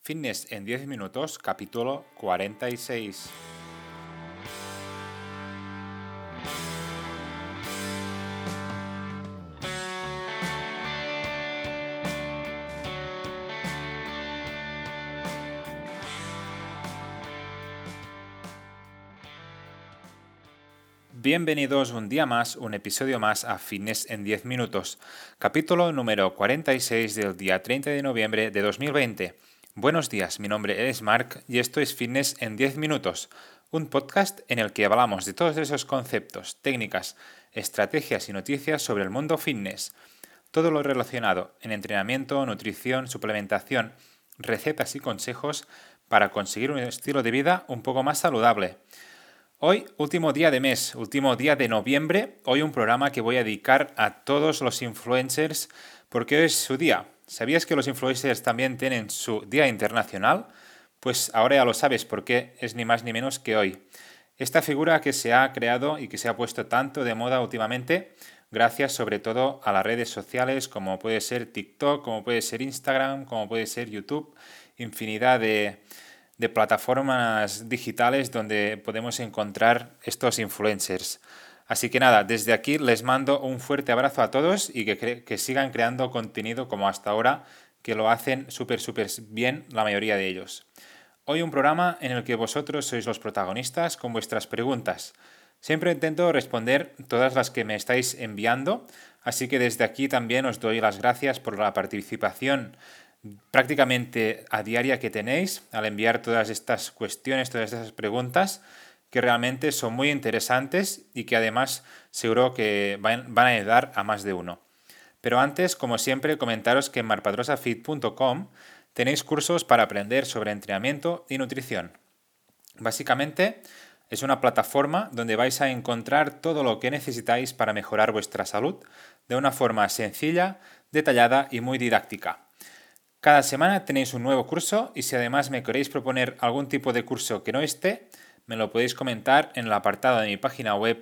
Fitness en 10 minutos, capítulo 46. Bienvenidos un día más, un episodio más a Fitness en 10 minutos, capítulo número 46 del día 30 de noviembre de 2020. Buenos días, mi nombre es Marc y esto es Fitness en 10 minutos, un podcast en el que hablamos de todos esos conceptos, técnicas, estrategias y noticias sobre el mundo fitness. Todo lo relacionado en entrenamiento, nutrición, suplementación, recetas y consejos para conseguir un estilo de vida un poco más saludable. Hoy, último día de mes, último día de noviembre, hoy un programa que voy a dedicar a todos los influencers porque hoy es su día. ¿Sabías que los influencers también tienen su día internacional? Pues ahora ya lo sabes porque es ni más ni menos que hoy. Esta figura que se ha creado y que se ha puesto tanto de moda últimamente, gracias sobre todo a las redes sociales como puede ser TikTok, como puede ser Instagram, como puede ser YouTube, infinidad de plataformas digitales donde podemos encontrar estos influencers. Así que nada, desde aquí les mando un fuerte abrazo a todos y que sigan creando contenido como hasta ahora, que lo hacen súper bien la mayoría de ellos. Hoy un programa en el que vosotros sois los protagonistas con vuestras preguntas. Siempre intento responder todas las que me estáis enviando, así que desde aquí también os doy las gracias por la participación prácticamente a diaria que tenéis al enviar todas estas cuestiones, todas estas preguntas que realmente son muy interesantes y que además seguro que van a ayudar a más de uno. Pero antes, como siempre, comentaros que en marpadrosafit.com tenéis cursos para aprender sobre entrenamiento y nutrición. Básicamente, es una plataforma donde vais a encontrar todo lo que necesitáis para mejorar vuestra salud de una forma sencilla, detallada y muy didáctica. Cada semana tenéis un nuevo curso y si además me queréis proponer algún tipo de curso que no esté, me lo podéis comentar en el apartado de mi página web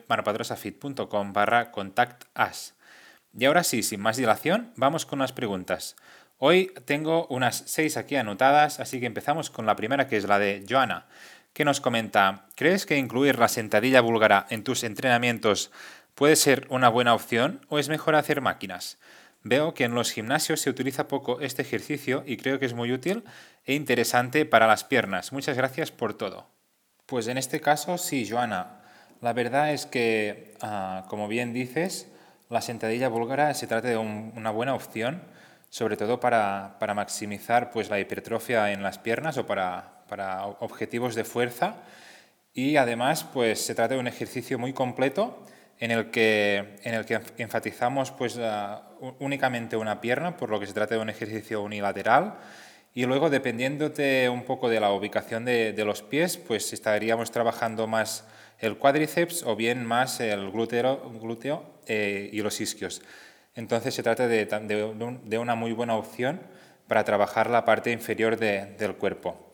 marpadrosafit.com/contactus. Y ahora sí, sin más dilación, vamos con las preguntas. Hoy tengo unas 6 aquí anotadas, así que empezamos con la primera, que es la de Joana, que nos comenta: ¿crees que incluir la sentadilla búlgara en tus entrenamientos puede ser una buena opción o es mejor hacer máquinas? Veo que en los gimnasios se utiliza poco este ejercicio y creo que es muy útil e interesante para las piernas. Muchas gracias por todo. Pues en este caso sí, Joana. La verdad es que, como bien dices, la sentadilla búlgara se trata de una buena opción, sobre todo para maximizar pues, la hipertrofia en las piernas o para objetivos de fuerza. Y además pues, se trata de un ejercicio muy completo en el que enfatizamos pues, únicamente una pierna, por lo que se trata de un ejercicio unilateral. Y luego, dependiéndote un poco de la ubicación de los pies, pues estaríamos trabajando más el cuádriceps o bien más el glúteo y los isquios. Entonces se trata de una muy buena opción para trabajar la parte inferior del cuerpo.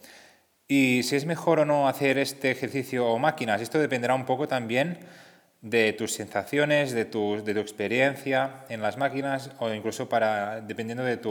Y si es mejor o no hacer este ejercicio o máquinas, esto dependerá un poco también de tus sensaciones, de tu experiencia en las máquinas o incluso dependiendo de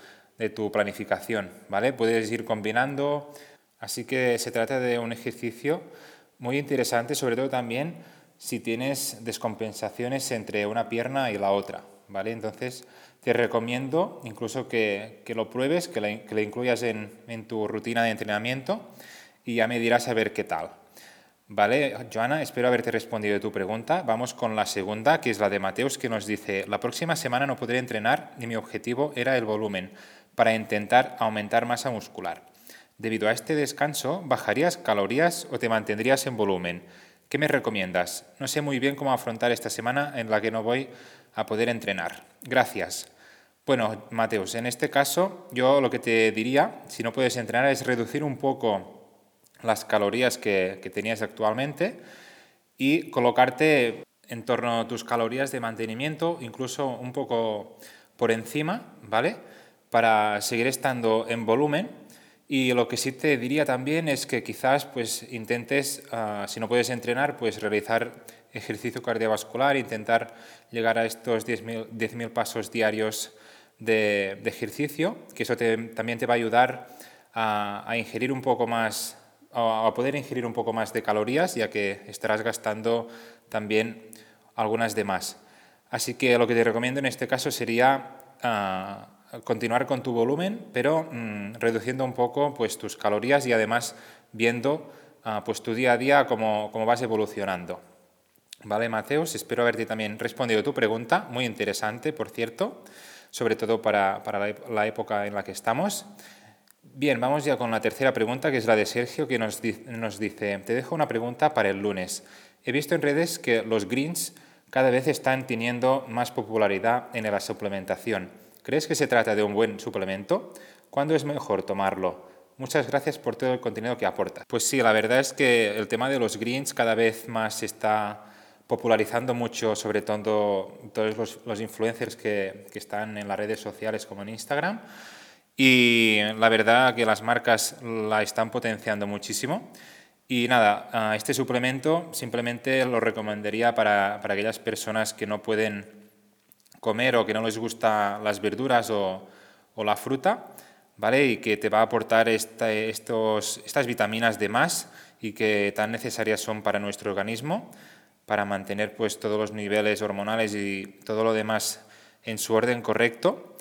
tu planificación, ¿vale? Puedes ir combinando, así que se trata de un ejercicio muy interesante, sobre todo también si tienes descompensaciones entre una pierna y la otra, ¿vale? Entonces te recomiendo incluso que lo pruebes, que le incluyas en tu rutina de entrenamiento y ya me dirás a ver qué tal. Vale, Joana, espero haberte respondido tu pregunta. Vamos con la segunda, que es la de Mateus, que nos dice: la próxima semana no podré entrenar y mi objetivo era el volumen, para intentar aumentar masa muscular. Debido a este descanso, ¿bajarías calorías o te mantendrías en volumen? ¿Qué me recomiendas? No sé muy bien cómo afrontar esta semana en la que no voy a poder entrenar. Gracias. Bueno, Mateus, en este caso yo lo que te diría, si no puedes entrenar, es reducir un poco las calorías que tenías actualmente y colocarte en torno a tus calorías de mantenimiento, incluso un poco por encima, ¿vale? Para seguir estando en volumen. Y lo que sí te diría también es que quizás pues intentes, si no puedes entrenar, pues realizar ejercicio cardiovascular, intentar llegar a estos 10.000 pasos diarios de ejercicio, que eso también te va a ayudar a ingerir un poco más, a poder ingerir un poco más de calorías, ya que estarás gastando también algunas de más. Así que lo que te recomiendo en este caso sería continuar con tu volumen, pero reduciendo un poco pues, tus calorías y además viendo pues, tu día a día cómo vas evolucionando. Vale, Mateus, espero haberte también respondido a tu pregunta, muy interesante, por cierto, sobre todo para la época en la que estamos. Bien, vamos ya con la tercera pregunta, que es la de Sergio, que nos dice, te dejo una pregunta para el lunes. He visto en redes que los greens cada vez están teniendo más popularidad en la suplementación. ¿Crees que se trata de un buen suplemento? ¿Cuándo es mejor tomarlo? Muchas gracias por todo el contenido que aportas. Pues sí, la verdad es que el tema de los greens cada vez más se está popularizando mucho, sobre todo todos los influencers que están en las redes sociales como en Instagram. Y la verdad que las marcas la están potenciando muchísimo. Y nada, este suplemento simplemente lo recomendaría para aquellas personas que no pueden comer o que no les gustan las verduras o la fruta, ¿vale? Y que te va a aportar estas vitaminas de más y que tan necesarias son para nuestro organismo, para mantener pues todos los niveles hormonales y todo lo demás en su orden correcto.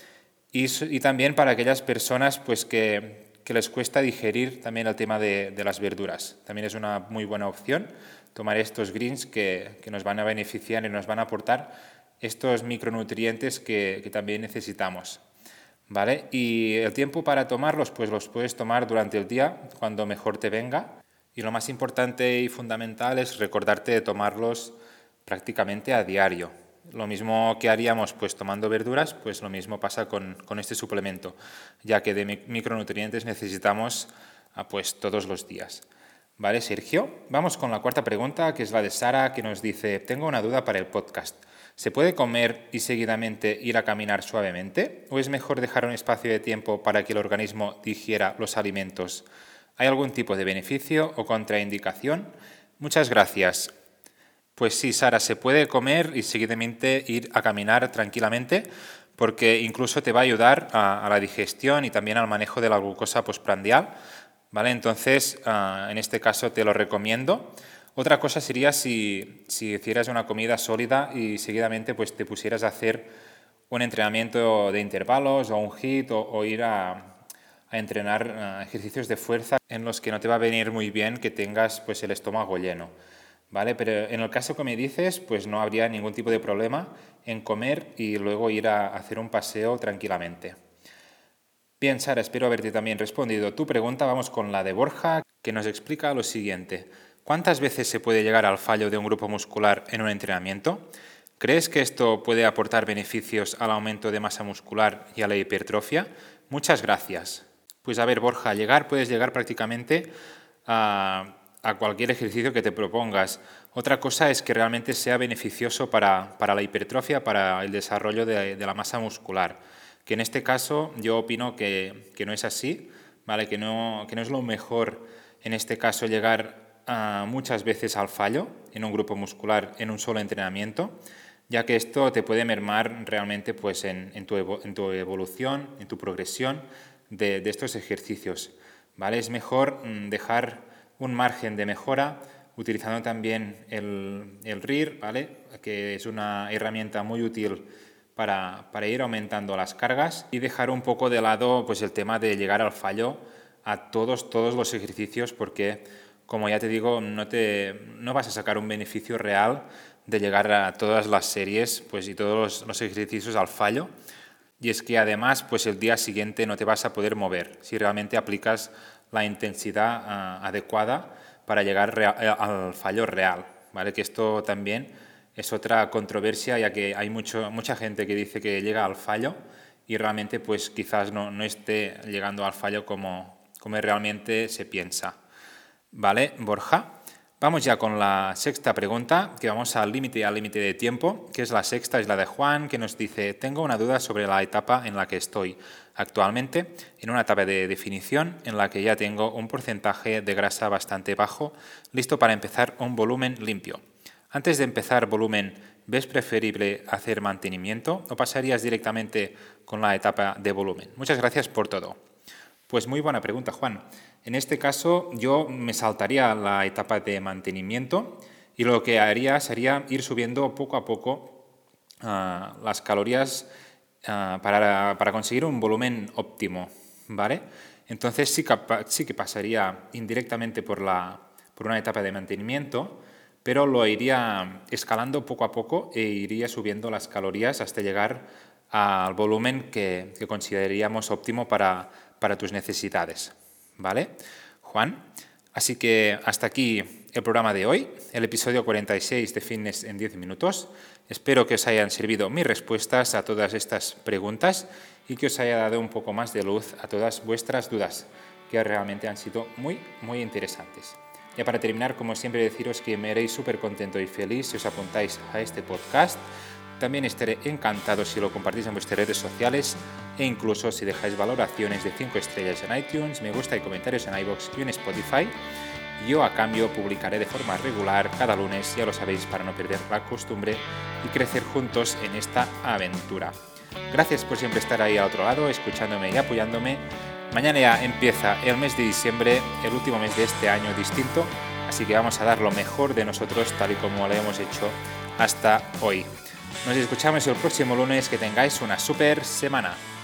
Y también para aquellas personas pues, que les cuesta digerir también el tema de las verduras. También es una muy buena opción tomar estos greens que nos van a beneficiar y nos van a aportar estos micronutrientes que también necesitamos. ¿Vale? Y el tiempo para tomarlos, pues los puedes tomar durante el día, cuando mejor te venga. Y lo más importante y fundamental es recordarte de tomarlos prácticamente a diario. Lo mismo que haríamos pues tomando verduras, pues lo mismo pasa con este suplemento, ya que de micronutrientes necesitamos pues todos los días. ¿Vale, Sergio? Vamos con la cuarta pregunta, que es la de Sara, que nos dice, tengo una duda para el podcast. ¿Se puede comer y seguidamente ir a caminar suavemente? ¿O es mejor dejar un espacio de tiempo para que el organismo digiera los alimentos? ¿Hay algún tipo de beneficio o contraindicación? Muchas gracias. Pues sí, Sara, se puede comer y seguidamente ir a caminar tranquilamente porque incluso te va a ayudar a la digestión y también al manejo de la glucosa postprandial, ¿vale? Entonces, en este caso te lo recomiendo. Otra cosa sería si hicieras una comida sólida y seguidamente pues, te pusieras a hacer un entrenamiento de intervalos o un HIIT o ir a entrenar ejercicios de fuerza en los que no te va a venir muy bien que tengas pues, el estómago lleno. ¿Vale? Pero en el caso que me dices, pues no habría ningún tipo de problema en comer y luego ir a hacer un paseo tranquilamente. Bien, Sara, espero haberte también respondido tu pregunta. Vamos con la de Borja, que nos explica lo siguiente. ¿Cuántas veces se puede llegar al fallo de un grupo muscular en un entrenamiento? ¿Crees que esto puede aportar beneficios al aumento de masa muscular y a la hipertrofia? Muchas gracias. Pues a ver, Borja, puedes llegar prácticamente a cualquier ejercicio que te propongas. Otra cosa es que realmente sea beneficioso para la hipertrofia, para el desarrollo de la masa muscular. Que en este caso yo opino que no es así, ¿vale? Que no es lo mejor en este caso llegar muchas veces al fallo en un grupo muscular en un solo entrenamiento, ya que esto te puede mermar realmente pues, en tu evolución, en tu progresión de estos ejercicios. ¿Vale? Es mejor dejar un margen de mejora utilizando también el RIR, ¿vale? Que es una herramienta muy útil para ir aumentando las cargas y dejar un poco de lado pues, el tema de llegar al fallo a todos los ejercicios porque, como ya te digo, no vas a sacar un beneficio real de llegar a todas las series pues, y todos los ejercicios al fallo. Y es que además pues, el día siguiente no te vas a poder mover si realmente aplicas la intensidad adecuada para llegar al fallo real, ¿vale? Que esto también es otra controversia, ya que hay mucha gente que dice que llega al fallo y realmente pues quizás no esté llegando al fallo como realmente se piensa. ¿Vale, Borja? Vamos ya con la sexta pregunta, que vamos al límite de tiempo, que es la sexta, es la de Juan, que nos dice, tengo una duda sobre la etapa en la que estoy actualmente, en una etapa de definición en la que ya tengo un porcentaje de grasa bastante bajo, listo para empezar un volumen limpio. Antes de empezar volumen, ¿ves preferible hacer mantenimiento o pasarías directamente con la etapa de volumen? Muchas gracias por todo. Pues muy buena pregunta, Juan. En este caso, yo me saltaría la etapa de mantenimiento y lo que haría sería ir subiendo poco a poco las calorías para conseguir un volumen óptimo, ¿vale? Entonces sí que pasaría indirectamente por una etapa de mantenimiento, pero lo iría escalando poco a poco e iría subiendo las calorías hasta llegar al volumen que consideraríamos óptimo para tus necesidades, ¿vale, Juan? Así que hasta aquí el programa de hoy, el episodio 46 de Fitness en 10 minutos. Espero que os hayan servido mis respuestas a todas estas preguntas y que os haya dado un poco más de luz a todas vuestras dudas, que realmente han sido muy, muy interesantes. Ya para terminar, como siempre, deciros que me haréis súper contento y feliz si os apuntáis a este podcast. También estaré encantado si lo compartís en vuestras redes sociales e incluso si dejáis valoraciones de 5 estrellas en iTunes, me gusta y comentarios en iVoox y en Spotify. Yo a cambio publicaré de forma regular cada lunes, ya lo sabéis, para no perder la costumbre y crecer juntos en esta aventura. Gracias por siempre estar ahí al otro lado, escuchándome y apoyándome. Mañana ya empieza el mes de diciembre, el último mes de este año distinto, así que vamos a dar lo mejor de nosotros tal y como lo hemos hecho hasta hoy. Nos escuchamos el próximo lunes, que tengáis una súper semana.